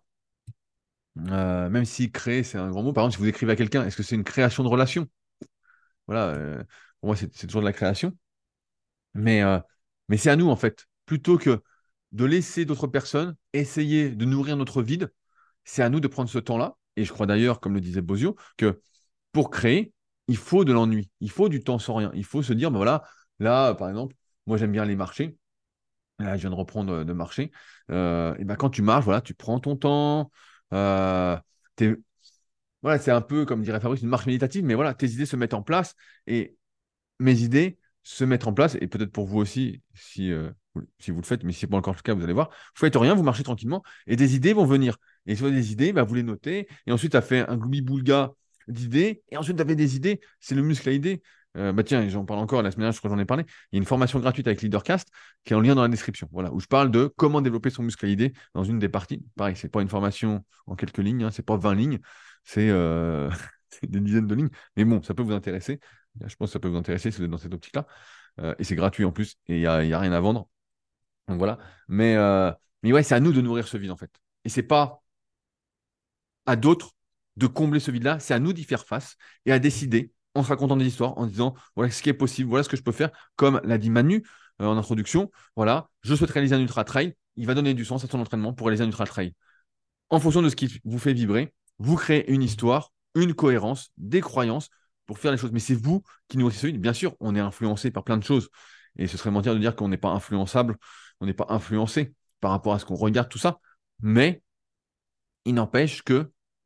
euh, même si créer, c'est un grand mot, par exemple, si vous écrivez à quelqu'un, est-ce que c'est une création de relation? Voilà, euh, pour moi, c'est c'est toujours de la création. Mais, euh, mais c'est à nous, en fait. Plutôt que de laisser d'autres personnes essayer de nourrir notre vide, c'est à nous de prendre ce temps-là. Et je crois d'ailleurs, comme le disait Bozio, que pour créer, il faut de l'ennui. Il faut du temps sans rien. Il faut se dire, ben voilà, là, par exemple, moi, j'aime bien les marchés. Là, je viens de reprendre euh, de marcher. Euh, et ben, quand tu marches, voilà, tu prends ton temps. Euh, t'es- voilà, c'est un peu, comme dirait Fabrice, une marche méditative, mais voilà, tes idées se mettent en place. Et mes idées se mettre en place, et peut-être pour vous aussi, si, euh, vous- si vous le faites, mais si ce n'est pas encore le cas, vous allez voir, vous faites rien, vous marchez tranquillement, et des idées vont venir. Et sur des idées, bah, vous les notez, et ensuite, tu as fait un gloubi-boulga d'idées, et ensuite, tu avais des idées, c'est le muscle à idées. Euh, bah tiens, j'en parle encore, la semaine dernière, je crois que j'en ai parlé, il y a une formation gratuite avec Leadercast qui est en lien dans la description, voilà, où je parle de comment développer son muscle à idées dans une des parties. Pareil, c'est pas une formation en quelques lignes, hein, c'est pas vingt lignes, c'est euh, c'est des dizaines de lignes, mais bon, ça peut vous intéresser. Je pense que ça peut vous intéresser si vous êtes dans cette optique-là. Euh, et c'est gratuit en plus, et il n'y a, y a rien à vendre. Donc voilà. Mais, euh, mais ouais, c'est à nous de nourrir ce vide, en fait. Et c'est pas à d'autres de combler ce vide-là, c'est à nous d'y faire face et à décider, en se racontant des histoires, en disant, voilà ce qui est possible, voilà ce que je peux faire. Comme l'a dit Manu euh, en introduction, voilà, je souhaite réaliser un ultra-trail, il va donner du sens à son entraînement pour réaliser un ultra-trail. En fonction de ce qui vous fait vibrer, vous créez une histoire, une cohérence, des croyances pour faire les choses. Mais c'est vous qui nourrissez ce vide. Bien sûr, on est influencé par plein de choses. Et ce serait mentir de dire qu'on n'est pas influençable, on n'est pas influencé par rapport à ce qu'on regarde, tout ça. Mais il n'empêche que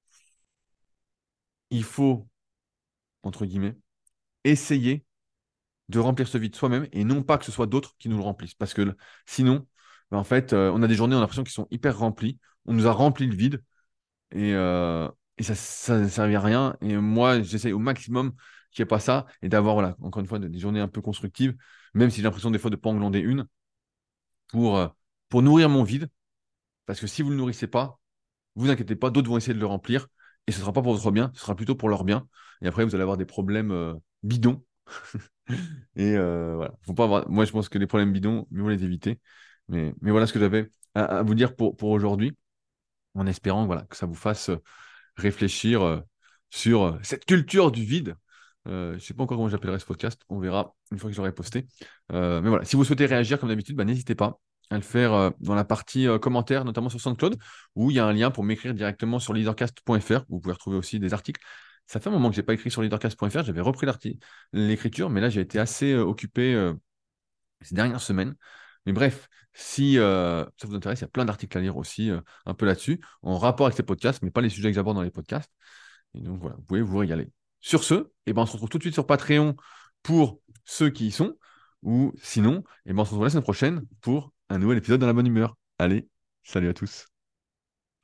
il faut, entre guillemets, essayer de remplir ce vide soi-même et non pas que ce soit d'autres qui nous le remplissent. Parce que sinon, ben, en fait, euh, on a des journées, on a l'impression qu'ils sont hyper remplis. On nous a rempli le vide. Et, euh, et ça, ça ne servait à rien. Et moi, j'essaye au maximum qu'il n'y ait pas ça et d'avoir, voilà, encore une fois, des journées un peu constructives, même si j'ai l'impression des fois de ne pas en glander une, pour, euh, pour nourrir mon vide. Parce que si vous ne le nourrissez pas, vous inquiétez pas, d'autres vont essayer de le remplir. Et ce ne sera pas pour votre bien, ce sera plutôt pour leur bien. Et après, vous allez avoir des problèmes euh, bidons. Et euh, voilà, faut pas avoir... Moi, je pense que les problèmes bidons, mieux vaut les éviter. Mais, mais voilà ce que j'avais à, à vous dire pour, pour aujourd'hui, en espérant voilà, que ça vous fasse réfléchir euh, sur euh, cette culture du vide. Euh, je ne sais pas encore comment j'appellerai ce podcast, on verra une fois que je l'aurai posté. Euh, mais voilà, si vous souhaitez réagir comme d'habitude, bah, n'hésitez pas à le faire euh, dans la partie euh, commentaires, notamment sur SoundCloud, où il y a un lien pour m'écrire directement sur leadercast point f r. Vous pouvez retrouver aussi des articles. Ça fait un moment que je n'ai pas écrit sur leadercast point f r, j'avais repris l'arti- l'écriture, mais là j'ai été assez euh, occupé euh, ces dernières semaines. Mais bref, si euh, ça vous intéresse, il y a plein d'articles à lire aussi, euh, un peu là-dessus, en rapport avec ces podcasts, mais pas les sujets que j'aborde dans les podcasts. Et donc voilà, vous pouvez vous régaler. Sur ce, eh ben, on se retrouve tout de suite sur Patreon pour ceux qui y sont, ou sinon, eh ben, on se retrouve la semaine prochaine pour un nouvel épisode dans la bonne humeur. Allez, salut à tous.